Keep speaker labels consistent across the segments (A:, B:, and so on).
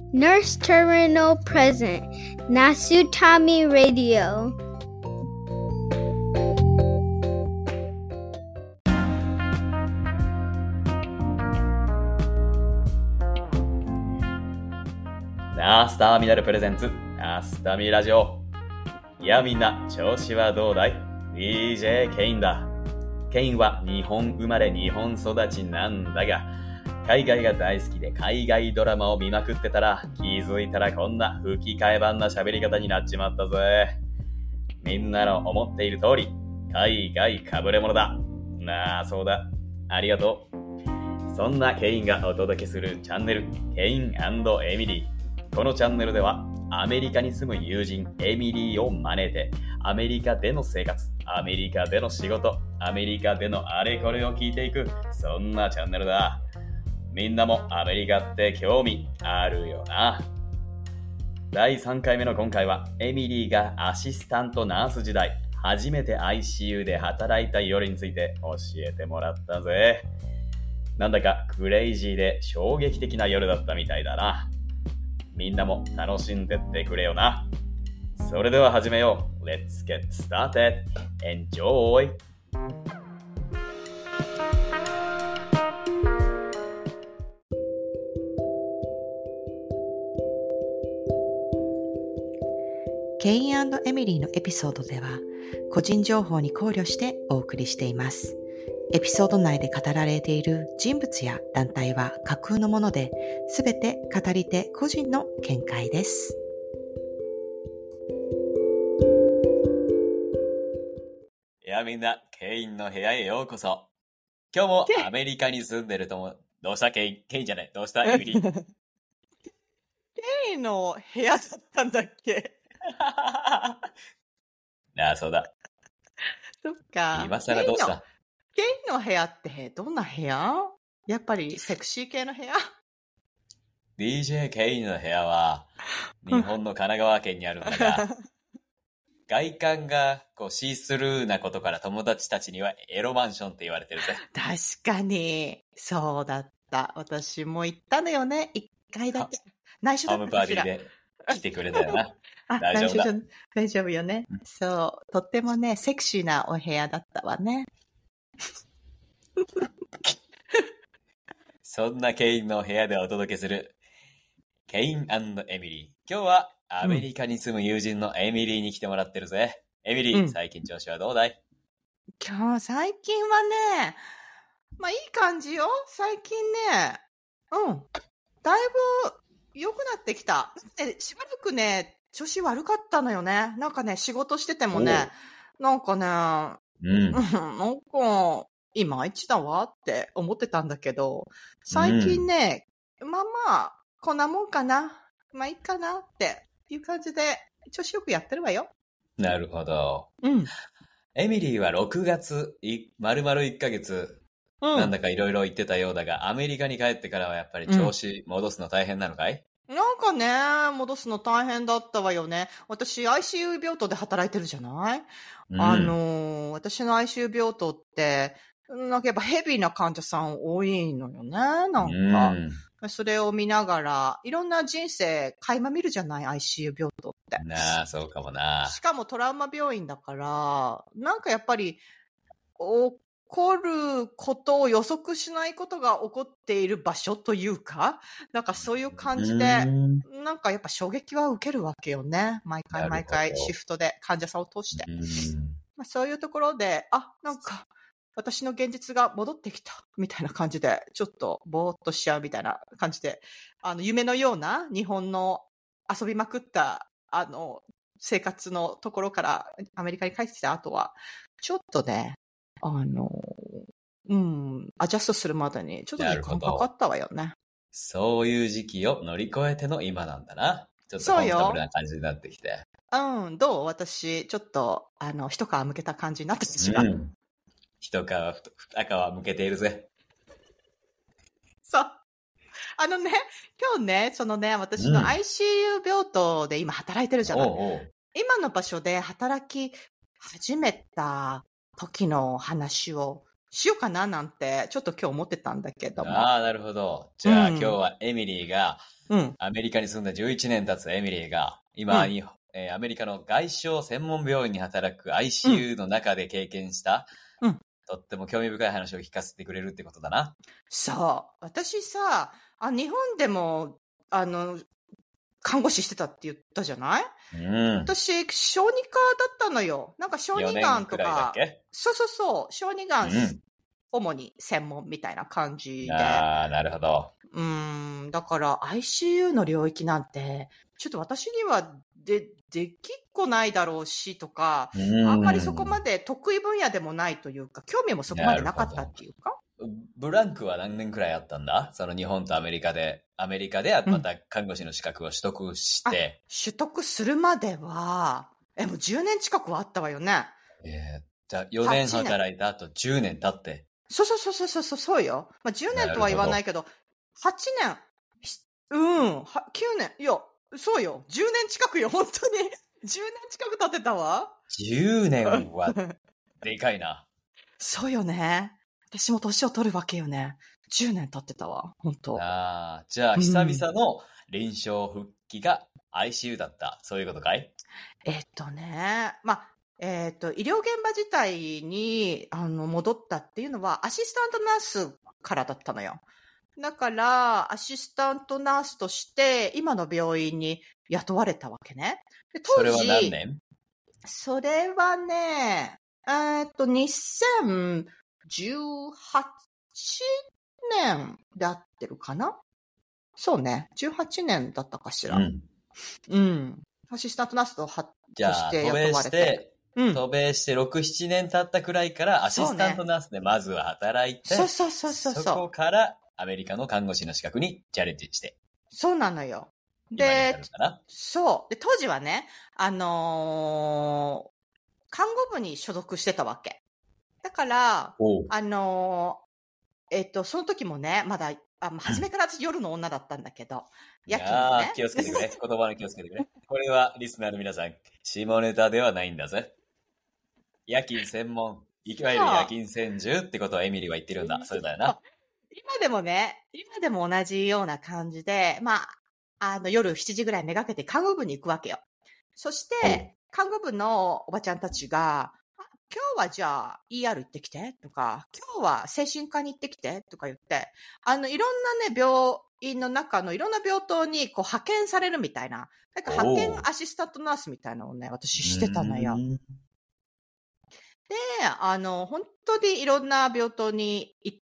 A: Nurse Terminal Present Nasutami Radio
B: ナースターミナルプレゼンツナースタミラジオ。いやみんな調子はどうだい？ DJ ケインだ。ケインは日本生まれ日本育ちなんだが、海外が大好きで海外ドラマを見まくってたら、気づいたらこんな吹き替え版な喋り方になっちまったぜ。みんなの思っている通り、海外かぶれ者だ。なあ、そうだ。ありがとう。そんなケインがお届けするチャンネル、ケイン&エミリー。このチャンネルでは、アメリカに住む友人エミリーを招いて、アメリカでの生活、アメリカでの仕事、アメリカでのあれこれを聞いていく、そんなチャンネルだ。みんなもアメリカって興味あるよな。第3回目の今回は、エミリーがアシスタントナース時代、初めて ICU で働いた夜について教えてもらったぜ。なんだかクレイジーで衝撃的な夜だったみたいだな。みんなも楽しんでってくれよな。それでは始めよう。Let's get started. Enjoy!
C: ケイン&エミリーのエピソードでは、個人情報に考慮してお送りしています。エピソード内で語られている人物や団体は架空のもので、すべて語り手個人の見解です。
B: いやみんな、ケインの部屋へようこそ。今日もアメリカに住んでると思う。どうしたケインじゃない。どうしたエミリー。
C: ケインの部屋だったんだっけ？
B: ああ、そうだ。
C: そっか。
B: 今更どうした？
C: ケインの部屋ってどんな部屋？やっぱりセクシー系の部屋？
B: DJ ケインの部屋は日本の神奈川県にあるんだが外観がこうシースルーなことから友達たちにはエロマンションって言われてるぜ。
C: 確かにそうだった。私も行ったのよね、1回だけ。内緒だ
B: ホー
C: ったかしら。
B: ムパーティーで来てくれたよな。
C: あ、
B: 大丈夫だ。
C: 大丈夫よね。そう、とってもねセクシーなお部屋だったわね。
B: そんなケインの部屋でお届けするケイン&エミリー。今日はアメリカに住む友人のエミリーに来てもらってるぜ。エミリー、最近調子はどうだい？
C: 最近はね、まあいい感じよ。最近ね、だいぶ良くなってきた。しばらくね、調子悪かったのよね。なんかね、仕事しててもね、なんかね、なんか、いまいちだわって思ってたんだけど、最近ね、まあまあ、こんなもんかな。まあいいかなっていう感じで、調子よくやってるわよ。
B: なるほど。エミリーは6月、丸々1ヶ月、なんだかいろいろ言ってたようだが、アメリカに帰ってからはやっぱり調子戻すの大変なのかい？
C: なんかね、戻すの大変だったわよね。私、ICU 病棟で働いてるじゃない？私の ICU 病棟って、なんかやっぱヘビーな患者さん多いのよね。なんか、それを見ながら、いろんな人生垣間見るじゃない？ ICU 病棟って。
B: なあ、そうかもな。
C: しかもトラウマ病院だから、なんかやっぱり、起こることを予測しないことが起こっている場所というか、なんかそういう感じで、なんかやっぱ衝撃は受けるわけよね。毎回シフトで患者さんを通して。まあ、そういうところで、なんか私の現実が戻ってきたみたいな感じで、ちょっとぼーっとしちゃうみたいな感じで、夢のような日本の遊びまくった、生活のところからアメリカに帰ってきた後は、ちょっとね、アジャストするまでにちょっと時間かかったわよね。
B: そういう時期を乗り越えての今なんだな。ちょっとコンフォータブルな感じになってきて。
C: どう？私、ちょっと、一皮むけた感じになってきてしまう。
B: 一皮、二皮むけているぜ。
C: そう。今日ね、私の ICU 病棟で今働いてるじゃない？今の場所で働き始めた時の話をしようかななんて、ちょっと今日思ってたんだけども。
B: ああ、なるほど。じゃあ、
C: うん
B: 今日はエミリーが、
C: うん。
B: アメリカに住んだ11年経つエミリーが、今、
C: うん
B: アメリカの外傷専門病院に働く ICU の中で経験した、
C: うん
B: とっても興味深い話を聞かせてくれるってことだな。
C: そう。私さ、日本でも、看護師してたって言ったじゃない？
B: うん。
C: 私、小児科だったのよ。なんか小
B: 4
C: 児がんと
B: 年くらいだっ
C: か、
B: け？
C: そう、小児がん、
B: うん
C: 主に専門みたいな感じで。
B: ああ、なるほど。
C: だから ICU の領域なんて、ちょっと私にはできっこないだろうしとか、あんまりそこまで得意分野でもないというか、興味もそこまでなかったっていうか。
B: ブランクは何年くらいあったんだ？その日本とアメリカでまた看護師の資格を取得して。
C: 取得するまでは、もう10年近くはあったわよね。
B: じゃあ4年働いた後10年経って。
C: そうよ。まあ、10年とは言わないけど、8年、9年、いや、そうよ。10年近くよ、本当に。10年近く経ってたわ。
B: 10年は、でかいな。
C: そうよね。私も年を取るわけよね。10年経ってたわ、本当。
B: じゃあ久々の臨床復帰が ICU だった。そういうことかい？
C: まあ、医療現場自体に、戻ったっていうのは、アシスタントナースからだったのよ。だから、アシスタントナースとして、今の病院に雇われたわけね。で当時、
B: それは何年？
C: それはね、2018年で合ってるかな？そうね、18年だったかしら。アシスタントナースとして雇われて。
B: 渡米して6、7年経ったくらいからアシスタントナースでまずは働いて、そこからアメリカの看護師の資格にチャレンジして。
C: そうなのよ。で、そう。で、当時はね、看護部に所属してたわけ。だから、その時もね、まだ、初めから夜の女だったんだけど、夜勤でね。
B: 気をつけてくれ。言葉に気をつけてくれ。これはリスナーの皆さん、下ネタではないんだぜ。夜勤専門、いわゆる夜勤専従ってことをエミリーは言ってるんだ。そうだよな。
C: 今でも同じような感じで、まあ、夜7時ぐらいめがけて看護部に行くわけよ。そして、看護部のおばちゃんたちが、今日はじゃあ ER 行ってきてとか、今日は精神科に行ってきてとか言って、いろんなね、病院の中のいろんな病棟にこう派遣されるみたいな、なんか派遣アシスタントナースみたいなのをね、私してたのよ。で、本当にいろんな病棟に行って、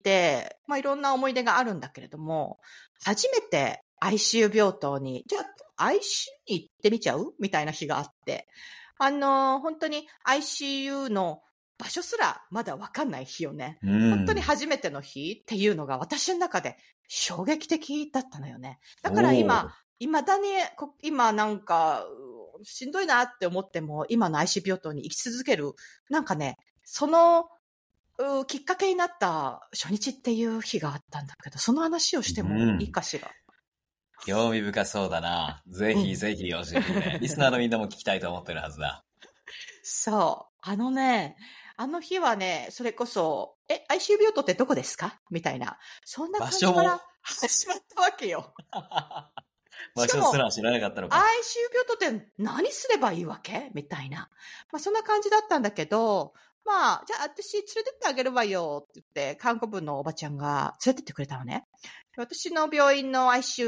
C: まあいろんな思い出があるんだけれども、初めて ICU 病棟に、じゃあ ICU に行ってみちゃうみたいな日があって、本当に ICU の場所すらまだわかんない日よね。本当に初めての日っていうのが私の中で衝撃的だったのよね。だから未だに、今なんか、しんどいなって思っても、今の ICU 病棟に生き続ける、なんかね、その、きっかけになった初日っていう日があったんだけど、その話をしてもいいかしら。
B: 興味深そうだな。ぜひぜひ教えてくれ。リスナーのみんなも聞きたいと思ってるはずだ。
C: そう。あの日はね、それこそ、ICU 病棟ってどこですかみたいな。そんな感じから始まったわけよ。
B: 場所すら知らなかったのか。
C: ICU 病棟って何すればいいわけみたいな。まあそんな感じだったんだけど、まあ、じゃあ私連れてってあげるわよって言って、看護部のおばちゃんが連れてってくれたのね。私の病院の ICU って、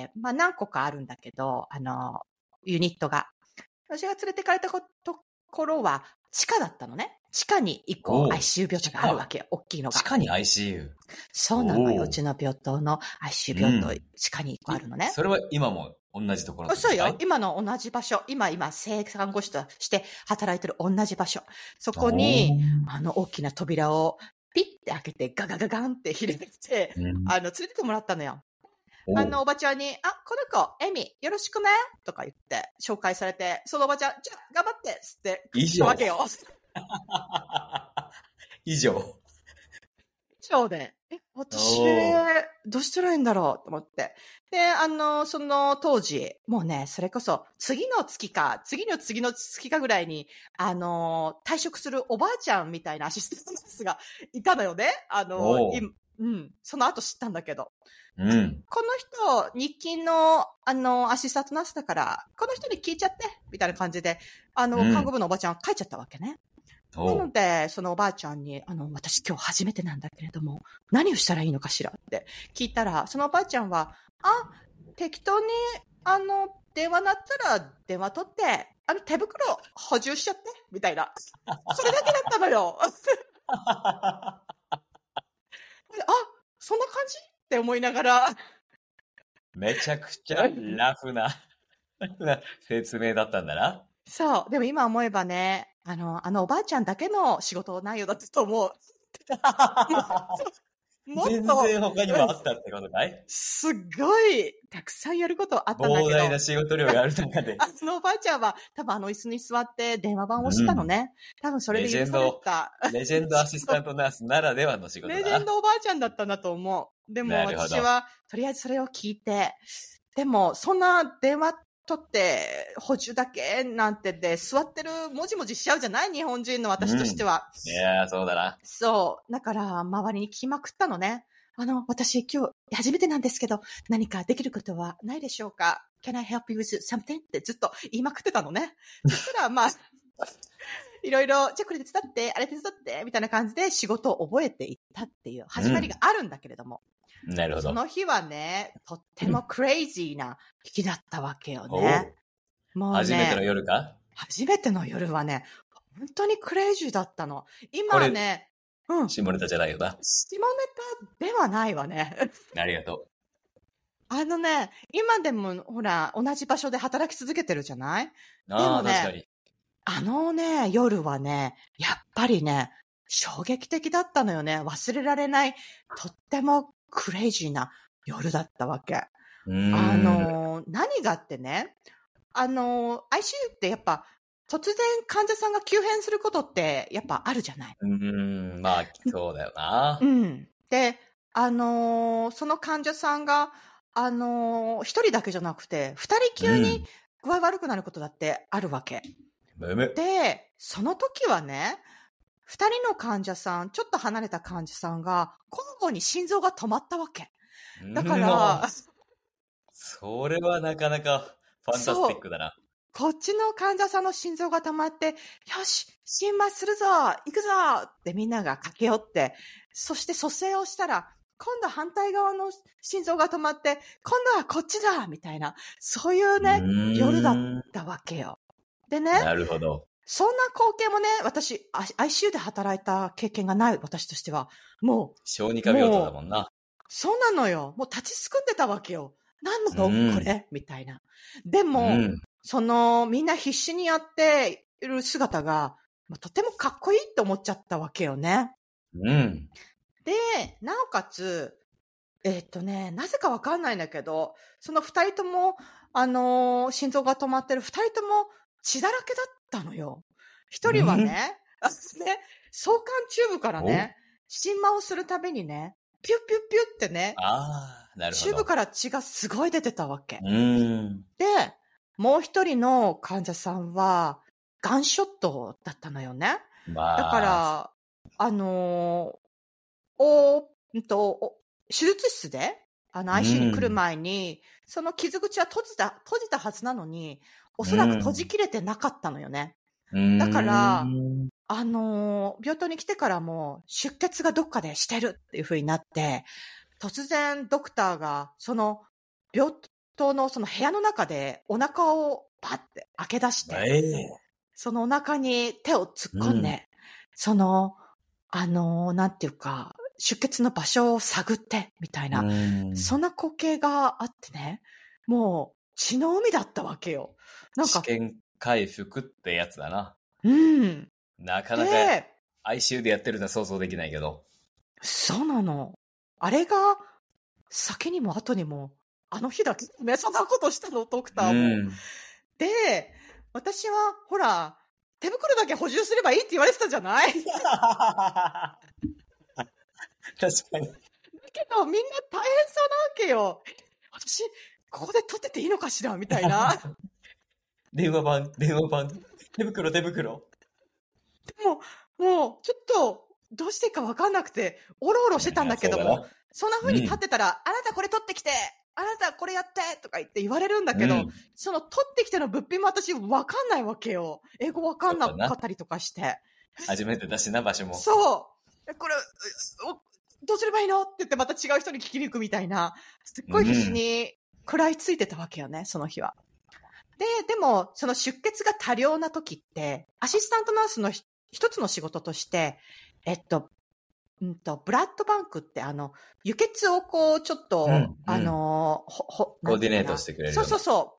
C: まあ何個かあるんだけど、ユニットが。私が連れてかれたところは地下だったのね。地下に1個 ICU 病棟があるわけよ。大きいのが。
B: 地下に ICU？
C: そうなのよ。うちの病棟の ICU 病棟、地下に1個あるのね。
B: それは今も同じところ？
C: そうよ。今の同じ場所。今、正看護師として働いてる同じ場所。そこに、大きな扉をピッて開けて、ガガガガンって開いて、連れてってもらったのよ。おばちゃんに、この子、エミ、よろしくねとか言って、紹介されて、そのおばちゃん、じゃあ、頑張ってつって、
B: 以上
C: わけよ。
B: 以上。
C: そうで、私、どうしたらいいんだろうと思って。で、その当時、もうね、それこそ、次の月かぐらいに、退職するおばあちゃんみたいなアシスタントナースがいたのよね。その後知ったんだけど。この人、日勤の、アシスタントナースだから、この人に聞いちゃって、みたいな感じで、看護部のおばちゃんは帰っちゃったわけね。なので、そのおばあちゃんに、私今日初めてなんだけれども、何をしたらいいのかしらって聞いたら、そのおばあちゃんは、適当に、電話鳴ったら電話取って、手袋補充しちゃって、みたいな。それだけだったのよ。そんな感じって思いながら。
B: めちゃくちゃラフな説明だったんだな。
C: そう。でも今思えばね、おばあちゃんだけの仕事内容だったと思う。
B: 全然他にもあったってことかい？
C: すっごい、たくさんやることあったんだけど。
B: 膨大な仕事量がある中で。
C: おばあちゃんは多分椅子に座って電話番をしたのね。多分それで許された。
B: レジェンドアシスタントナースならではの仕事だな。
C: レジェンドおばあちゃんだったんだと思う。でも私は、とりあえずそれを聞いて、でもそんな電話取って補充だけなんてで座ってるもじもじしちゃうじゃない？日本人の私としては。
B: いやー、そうだな。
C: そう。だから周りに聞きまくったのね。私今日初めてなんですけど、何かできることはないでしょうか？ Can I help you with something? ってずっと言いまくってたのね。そしたらいろいろ、じゃあこれ手伝って、あれ手伝って、みたいな感じで仕事を覚えていったっていう始まりがあるんだけれども。
B: なるほど。
C: その日はね、とってもクレイジーな日だったわけよね。
B: もうね。初めての夜か？
C: 初めての夜はね、本当にクレイジーだったの。今はね、
B: 下ネタじゃないよな。
C: 下ネタではないわね。
B: ありがとう。
C: 今でもほら、同じ場所で働き続けてるじゃない？でもね、
B: 確かに。
C: 夜はね、やっぱりね、衝撃的だったのよね。忘れられない、とってもクレイジーな夜だったわけ。何がってね、ICU ってやっぱ、突然患者さんが急変することってやっぱあるじゃない。
B: まあ、そうだよな。
C: で、その患者さんが、一人だけじゃなくて、二人急に具合悪くなることだってあるわけ。で、その時はね、二人の患者さん、ちょっと離れた患者さんが、交互に心臓が止まったわけ。だから、
B: それはなかなかファンタスティックだな。
C: こっちの患者さんの心臓が止まって、よし、心麻するぞ、行くぞってみんなが駆け寄って、そして蘇生をしたら、今度反対側の心臓が止まって、今度はこっちだみたいな、そういうね、夜だったわけよ。でね、
B: なるほど。
C: そんな光景もね、私、ICU で働いた経験がない私としては、もう。
B: 小児科病棟だもんな。
C: そうなのよ。もう立ちすくんでたわけよ。何のこれみたいな。でも、みんな必死にやっている姿が、とてもかっこいいって思っちゃったわけよね。で、なおかつ、なぜかわかんないんだけど、その二人とも、心臓が止まってる二人とも血だらけだったのよ。一人はね、創刊チューブからね、心麻をするたびにね、ピュッピュッピュッってね、
B: なるほど。
C: チューブから血がすごい出てたわけ。
B: で、
C: もう一人の患者さんは、ガンショットだったのよね。だから、手術室で、ICU に来る前に、その傷口は閉じたはずなのに、おそらく閉じきれてなかったのよね。だから、病棟に来てからも出血がどっかでしてるっていう風になって、突然ドクターが、その病棟のその部屋の中でお腹をパッて開け出して、そのお腹に手を突っ込んで、なんていうか、出血の場所を探って、みたいな、そんな光景があってね、もう血の海だったわけよ。
B: なんか。試験回復ってやつだな。なかなか ICU でやってるのは想像できないけど。
C: そうなの。あれが、先にも後にも、あの日だけね、そんなことしたの、ドクターも。で、私は、ほら、手袋だけ補充すればいいって言われてたじゃない
B: 確かに。
C: だけど、みんな大変そうなわけよ。私、ここで撮ってていいのかしらみたいな。
B: 電話番、手袋。
C: でも、もう、ちょっと、どうしていいかわかんなくて、おろおろしてたんだけども、そんな風に立ってたら、あなたこれ取ってきて、あなたこれやってとか言って言われるんだけど、その取ってきての物品も私わかんないわけよ。英語わかんなかったりとかして。
B: 初めてだしな、場所も。
C: そう。これ、どうすればいいのって言ってまた違う人に聞きに行くみたいな、すっごい必死に食らいついてたわけよね、その日は。でも、その出血が多量な時って、アシスタントナースの一つの仕事として、ブラッドバンクって輸血をこう、ちょっと、
B: コーディネートしてくれる。
C: そう。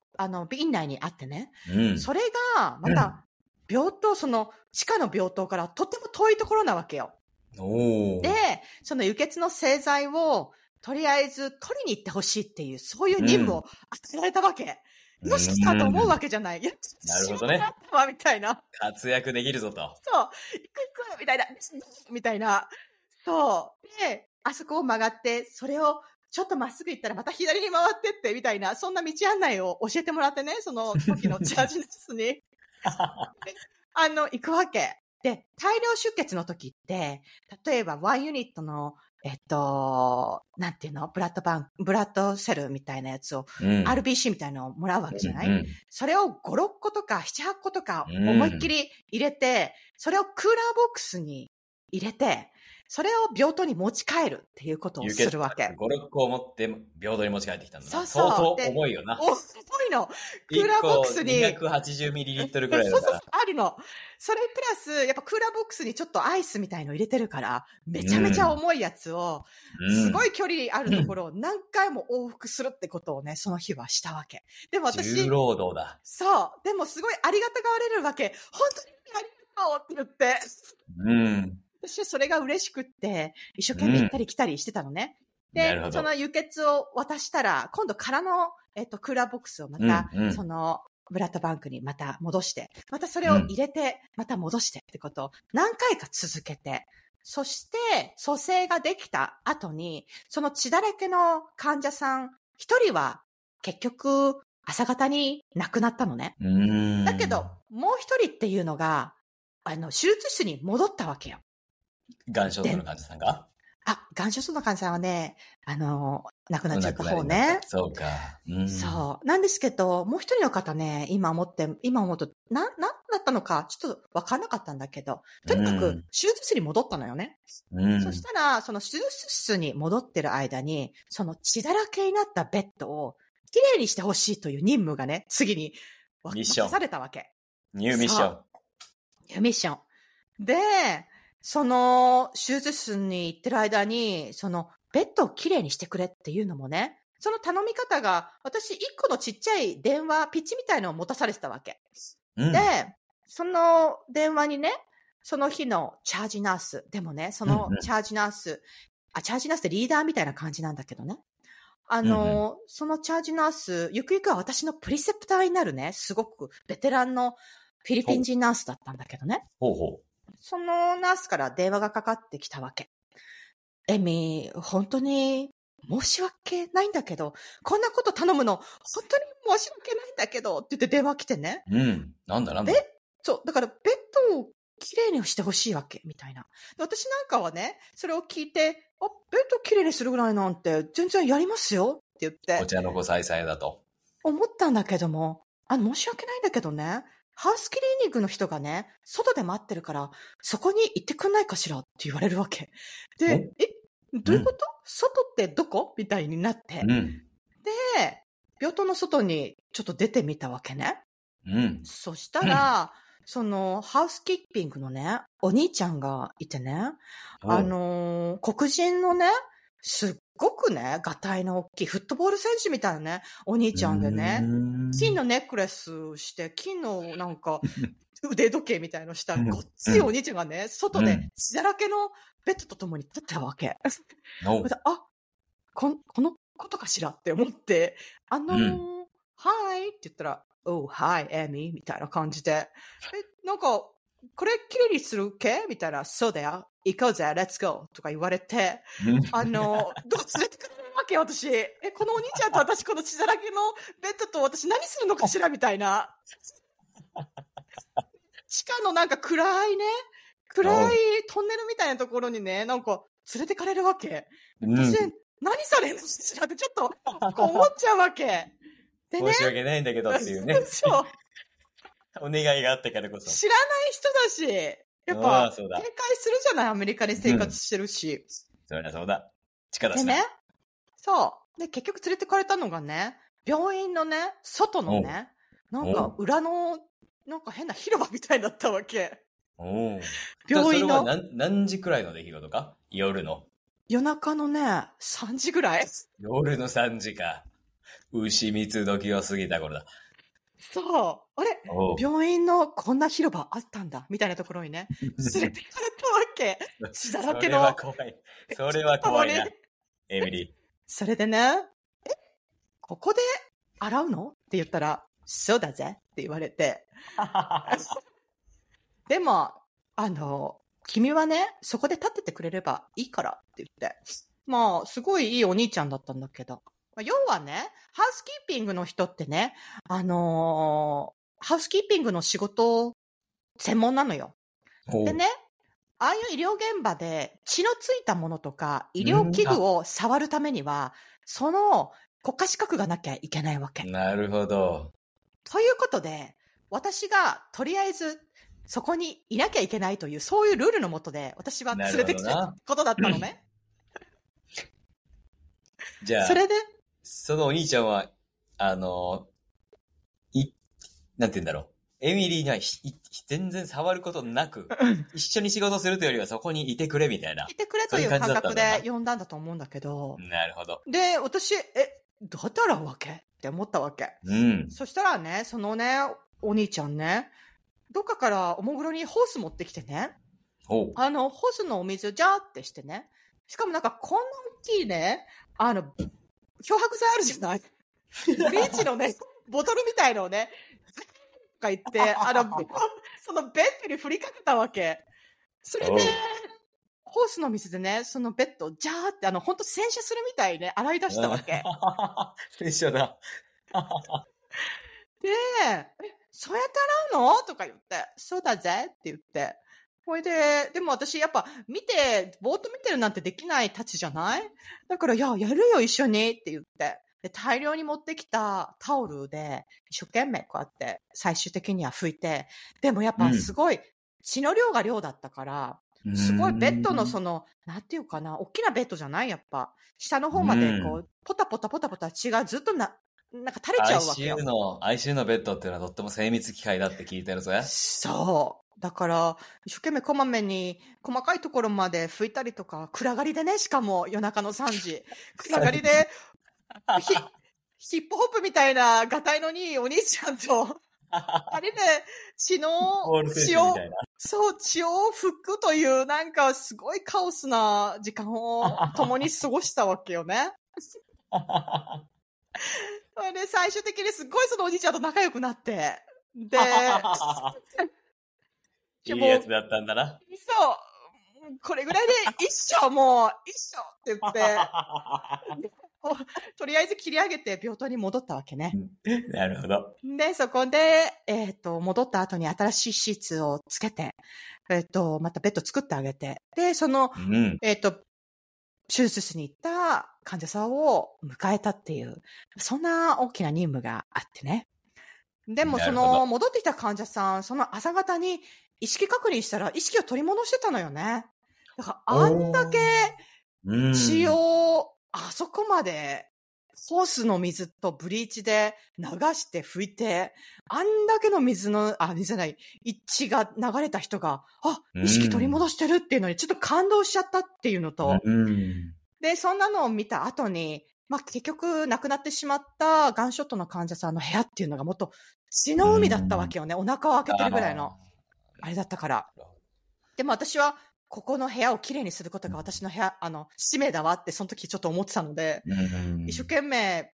C: 院内にあってね。それが、また、病棟、その、地下の病棟からとっても遠いところなわけよ。で、その輸血の製剤を、とりあえず取りに行ってほしいっていう、そういう任務を与えられたわけ。よし来たと思うわけじゃない。
B: なるほどね。
C: みたいな。
B: 活躍できるぞと。
C: そう。行くみたいな。みたいな。そう。で、あそこを曲がって、それをちょっとまっすぐ行ったらまた左に回ってって、みたいな、そんな道案内を教えてもらってね、その時のチャージネスに。行くわけ。で、大量出血の時って、例えば1ユニットの、なんていうのブラッドセルみたいなやつを、RBC みたいなのをもらうわけじゃない、それを5、6個とか7、8個とか思いっきり入れて、それをクーラーボックスに入れて、それを病棟に持ち帰るっていうことをするわけ。
B: 5、6個を持って病棟に持ち帰ってきたんだな。
C: そう。
B: 相当重いよな。
C: 重いの。クーラーボックスに。
B: 280ml くらいだから。
C: あるの。それプラス、やっぱクーラーボックスにちょっとアイスみたいの入れてるから、めちゃめちゃ重いやつを、すごい距離あるところを何回も往復するってことをね、その日はしたわけ。でも私。
B: 重労働だ。
C: そう。でもすごいありがたがわれるわけ。本当にありがとうって言って。私はそれが嬉しくって、一生懸命行ったり来たりしてたのね。で、その輸血を渡したら、今度空の、クーラーボックスをまた、その、ブラッドバンクにまた戻して、またそれを入れて、また戻してってことを何回か続けて、そして、蘇生ができた後に、その血だらけの患者さん、一人は結局朝方に亡くなったのね。だけど、もう一人っていうのが、手術室に戻ったわけよ。
B: ガンショットの患者さんが
C: ガンショットの患者さんはね、亡くなっちゃった方ね。
B: そうか。
C: そう。なんですけど、もう一人の方ね、今思うと、なんだったのか、ちょっとわかんなかったんだけど、とにかく、手術室に戻ったのよね。そしたら、その手術室に戻ってる間に、その血だらけになったベッドを、きれいにしてほしいという任務がね、次に渡されたわけ。
B: ニューミッション。
C: で、その、手術室に行ってる間に、その、ベッドをきれいにしてくれっていうのもね、その頼み方が、私、一個のちっちゃい電話、ピッチみたいのを持たされてたわけ。で、その電話にね、その日のチャージナース、でもね、そのチャージナース、チャージナースってリーダーみたいな感じなんだけどね。そのチャージナース、ゆくゆくは私のプリセプターになるね、すごくベテランのフィリピン人ナースだったんだけどね。そのナースから電話がかかってきたわけ。エミ、本当に申し訳ないんだけど、こんなこと頼むの、本当に申し訳ないんだけど、って言って電話来てね。
B: なんだ。
C: そう、だからベッドをきれいにしてほしいわけ、みたいな。私なんかはね、それを聞いて、ベッドきれいにするぐらいなんて全然やりますよ、って言って。
B: お茶の子さいさいだと。
C: 思ったんだけども、申し訳ないんだけどね、ハウスクリーニングの人がね、外で待ってるから、そこに行ってくんないかしらって言われるわけ。で、どういうこと、外ってどこみたいになって。で、病棟の外にちょっと出てみたわけね。そしたら、その、ハウスキーピングのね、お兄ちゃんがいてね、黒人のね、すっごくね、がたいの大きいフットボール選手みたいなね、お兄ちゃんでね、金のネックレスして、金のなんか、腕時計みたいのしたごっついお兄ちゃんがね、外で血だらけのベッドとともに立ってたわけ。このことかしらって思って、はいって言ったら、Oh, hi, Amy みたいな感じで、なんか、 これきれいにする系みたいな、そうだよ。行こうぜ、レッツゴーとか言われて、どこ連れてくれるわけ私。このお兄ちゃんと私、この血だらけのベッドと私何するのかしらみたいな。地下のなんか暗いトンネルみたいなところにね、なんか連れてかれるわけ。私、何されるのかしらってちょっと思っちゃうわけ。でね。
B: 申し訳ないんだけどっていうね。
C: そう。
B: お願いがあったからこそ。
C: 知らない人だし、やっぱ、警戒するじゃない、アメリカで生活してるし。
B: そりゃそうだ。地下だし
C: でね、そう。で、結局連れてかれたのがね、病院のね、外のね、なんか裏の、なんか変な広場みたいだったわけ。
B: 病院の。それは何時くらいの出来事か？夜の。
C: 夜中のね、3時ぐらい。
B: 夜の3時か。牛蜜時を過ぎた頃だ。
C: そう。あれ病院のこんな広場あったんだみたいなところにね、連れてかれたわけ。血だらけの。
B: それは怖い。それは怖いな。エミリー。
C: それでね、ここで洗うのって言ったら、そうだぜって言われて。でも、君はね、そこで立っててくれればいいからって言って。まあ、すごいいいお兄ちゃんだったんだけど。要はね、ハウスキーピングの人ってね、ハウスキーピングの仕事、専門なのよ。でね、ああいう医療現場で血のついたものとか、医療器具を触るためには、その国家資格がなきゃいけないわけ。
B: なるほど。
C: ということで、私がとりあえずそこにいなきゃいけないという、そういうルールのもとで、私は連れてきたことだったのね。
B: じゃあ、
C: それで
B: そのお兄ちゃんは、なんて言うんだろう。エミリーには全然触ることなく、一緒に仕事するというよりはそこにいてくれみたいな。
C: いてくれという感覚で呼んだんだと思うんだけど。
B: なるほど。
C: で、私、どうやって洗うわけって思ったわけ。そしたらね、そのね、お兄ちゃんね、どっかからおもむろにホース持ってきてね、ホースのお水をジャーってしてね、しかもなんかこんな大きいね、漂白剤あるじゃないブリーチのね、ボトルみたいのをね、とか言って、そのベッドに振りかけたわけ。それで、ホースの水でね、そのベッドをジャーって、ほんと洗車するみたいにね、洗い出したわけ。
B: 洗車だ。
C: で、そうやって洗うのとか言って、そうだぜって言って。ほいで、でも私やっぱぼーっと見てるなんてできないたちじゃない？だから、やるよ一緒にって言って。で、大量に持ってきたタオルで、一生懸命こうやって、最終的には拭いて、でもやっぱすごい、血の量が量だったから、すごいベッドのなんていうかな、大きなベッドじゃないやっぱ。下の方までこう、ポタポタ血がずっとなんか垂れちゃうわけよ。
B: ICU のベッドっていうのはとっても精密機械だって聞いてるぜ。
C: そう。だから、一生懸命こまめに、細かいところまで拭いたりとか、暗がりでね、しかも夜中の3時。暗がりで、ヒップホップみたいなガタイのにお兄ちゃんと、あれで血を拭くという、なんかすごいカオスな時間を共に過ごしたわけよね。で、最終的にすごいそのお兄ちゃんと仲良くなって、で、
B: いいやつだったんだな。
C: そう。これぐらいで一緒って言って、とりあえず切り上げて病棟に戻ったわけね。
B: なるほど。
C: で、そこで、戻った後に新しいシーツをつけて、またベッド作ってあげて、で、手術室に行った患者さんを迎えたっていう、そんな大きな任務があってね。でも戻ってきた患者さん、その朝方に意識確認したら意識を取り戻してたのよね。だからあんだけ血をあそこまでホースの水とブリーチで流して拭いて、あんだけの血が流れた人が、意識取り戻してるっていうのにちょっと感動しちゃったっていうのと、で、そんなのを見た後に、結局亡くなってしまったガンショットの患者さんの部屋っていうのがもっと血の海だったわけよね。お腹を開けてるぐらいの、あれだったから。でも私は、ここの部屋をきれいにすることが私の使命だわってその時ちょっと思ってたので、一生懸命、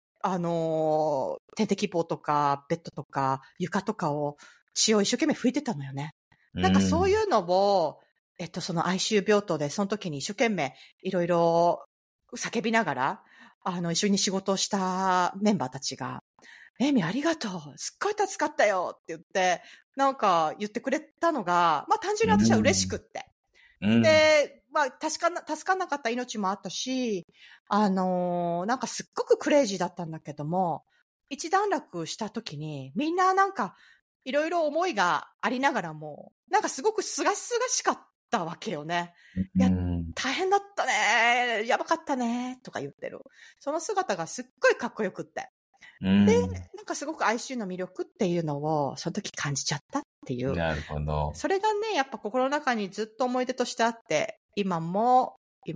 C: 点滴棒とか、ベッドとか、床とかを血を一生懸命拭いてたのよね。 なんかそういうのを、その ICU 病棟でその時に一生懸命いろいろ叫びながら、一緒に仕事をしたメンバーたちが、エミありがとう。すっごい助かったよって言って、なんか言ってくれたのが、まあ単純に私は嬉しくって。で、まあ助かんなかった命もあったし、なんかすっごくクレイジーだったんだけども、一段落した時に、みんななんか、いろいろ思いがありながらも、なんかすごくすがすがしかったわけよね。いや、大変だったね、やばかったね、とか言ってる。その姿がすっごいかっこよくって。で、なんかすごく ICU の魅力っていうのを、その時感じちゃったっていう。
B: なるほど。
C: それがね、やっぱ心の中にずっと思い出としてあって、今も、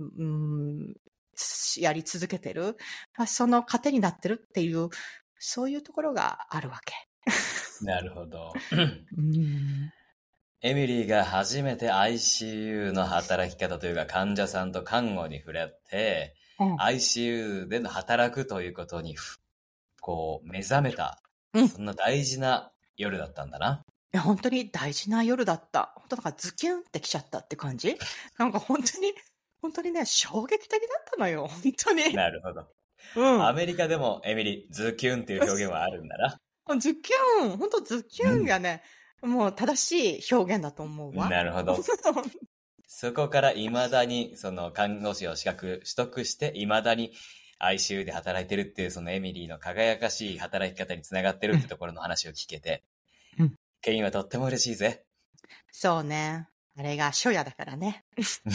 C: やり続けてる。まあ、その糧になってるっていう、そういうところがあるわけ。
B: なるほど。エミリーが初めて ICU の働き方というか患者さんと看護に触れて、ICU での働くということにこう目覚めた、そんな大事な夜だったんだな。
C: いや本当に大事な夜だった。本当なんかズキュンってきちゃったって感じ。なんか本当にね、衝撃的だったのよ。本当に。
B: なるほど。アメリカでもエミリー、ズキュンっていう表現はあるんだな。
C: ズキュン、本当ズキュンがね、もう正しい表現だと思うわ。
B: なるほど。そこから未だにその看護師を資格取得して未だに ICU で働いてるっていうそのエミリーの輝かしい働き方につながってるってところの話を聞けて、ケインはとっても嬉しいぜ。
C: そうね。あれが初夜だからね。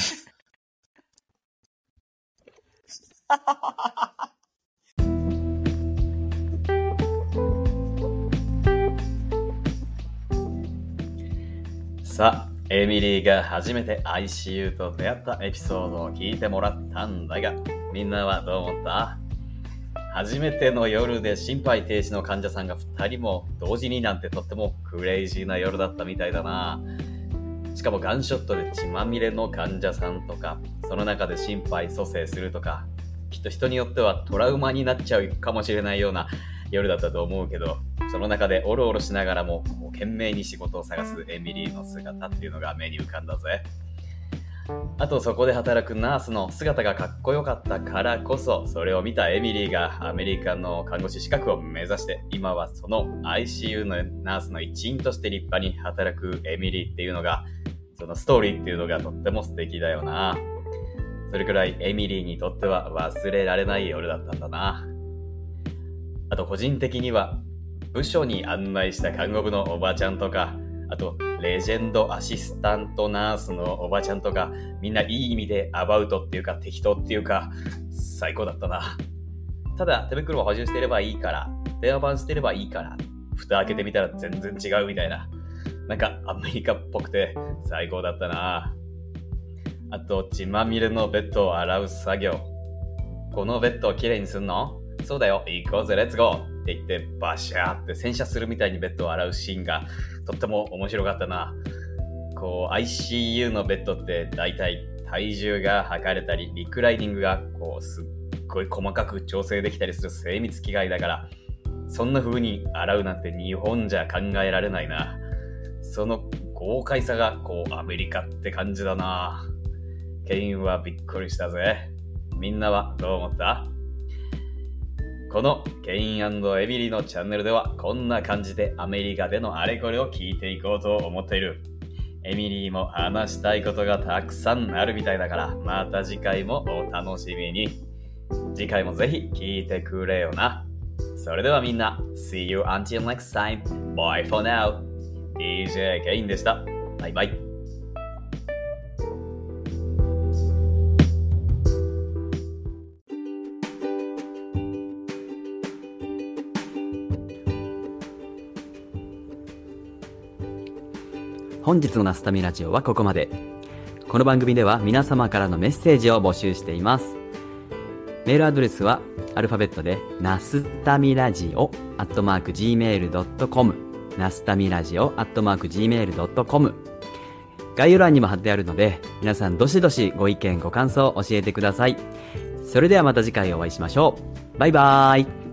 B: さあ、エミリーが初めて ICU と出会ったエピソードを聞いてもらったんだが、みんなはどう思った？初めての夜で心肺停止の患者さんが2人も同時になんてとってもクレイジーな夜だったみたいだな。しかもガンショットで血まみれの患者さんとか、その中で心肺蘇生するとか、きっと人によってはトラウマになっちゃうかもしれないような夜だったと思うけど、その中でオロオロしながらも懸命に仕事を探すエミリーの姿っていうのが目に浮かんだぜ。あとそこで働くナースの姿がかっこよかったからこそ、それを見たエミリーがアメリカの看護師資格を目指して、今はその ICU のナースの一員として立派に働くエミリーっていうのが、そのストーリーっていうのがとっても素敵だよな。それくらいエミリーにとっては忘れられない夜だったんだな。あと個人的には部署に案内した看護部のおばちゃんとか、あとレジェンドアシスタントナースのおばちゃんとか、みんないい意味でアバウトっていうか適当っていうか最高だったな。ただ手袋を補充していればいいから、電話番してればいいから、蓋開けてみたら全然違うみたいな、なんかアメリカっぽくて最高だったな。あと血まみれのベッドを洗う作業。このベッドをきれいにすんの？そうだよ、行こうぜ、レッツゴーって言ってバシャーって洗車するみたいにベッドを洗うシーンがとっても面白かったな。こう ICU のベッドってだいたい体重が測れたりリクライニングがこうすっごい細かく調整できたりする精密機械だから、そんな風に洗うなんて日本じゃ考えられないな。その豪快さがこうアメリカって感じだな。ケインはびっくりしたぜ。みんなはどう思った？このケイン&エミリーのチャンネルではこんな感じでアメリカでのあれこれを聞いていこうと思っている。エミリーも話したいことがたくさんあるみたいだから、また次回もお楽しみに。次回もぜひ聞いてくれよな。それではみんな See you until next time. Bye for now. DJ ケインでした。バイバイ。
D: 本日のナスタミラジオはここまで。この番組では皆様からのメッセージを募集しています。メールアドレスはアルファベットでナスタミラジオ@gmail.com ナスタミラジオ@gmail.com。 概要欄にも貼ってあるので、皆さんどしどしご意見ご感想を教えてください。それではまた次回お会いしましょう。バイバーイ。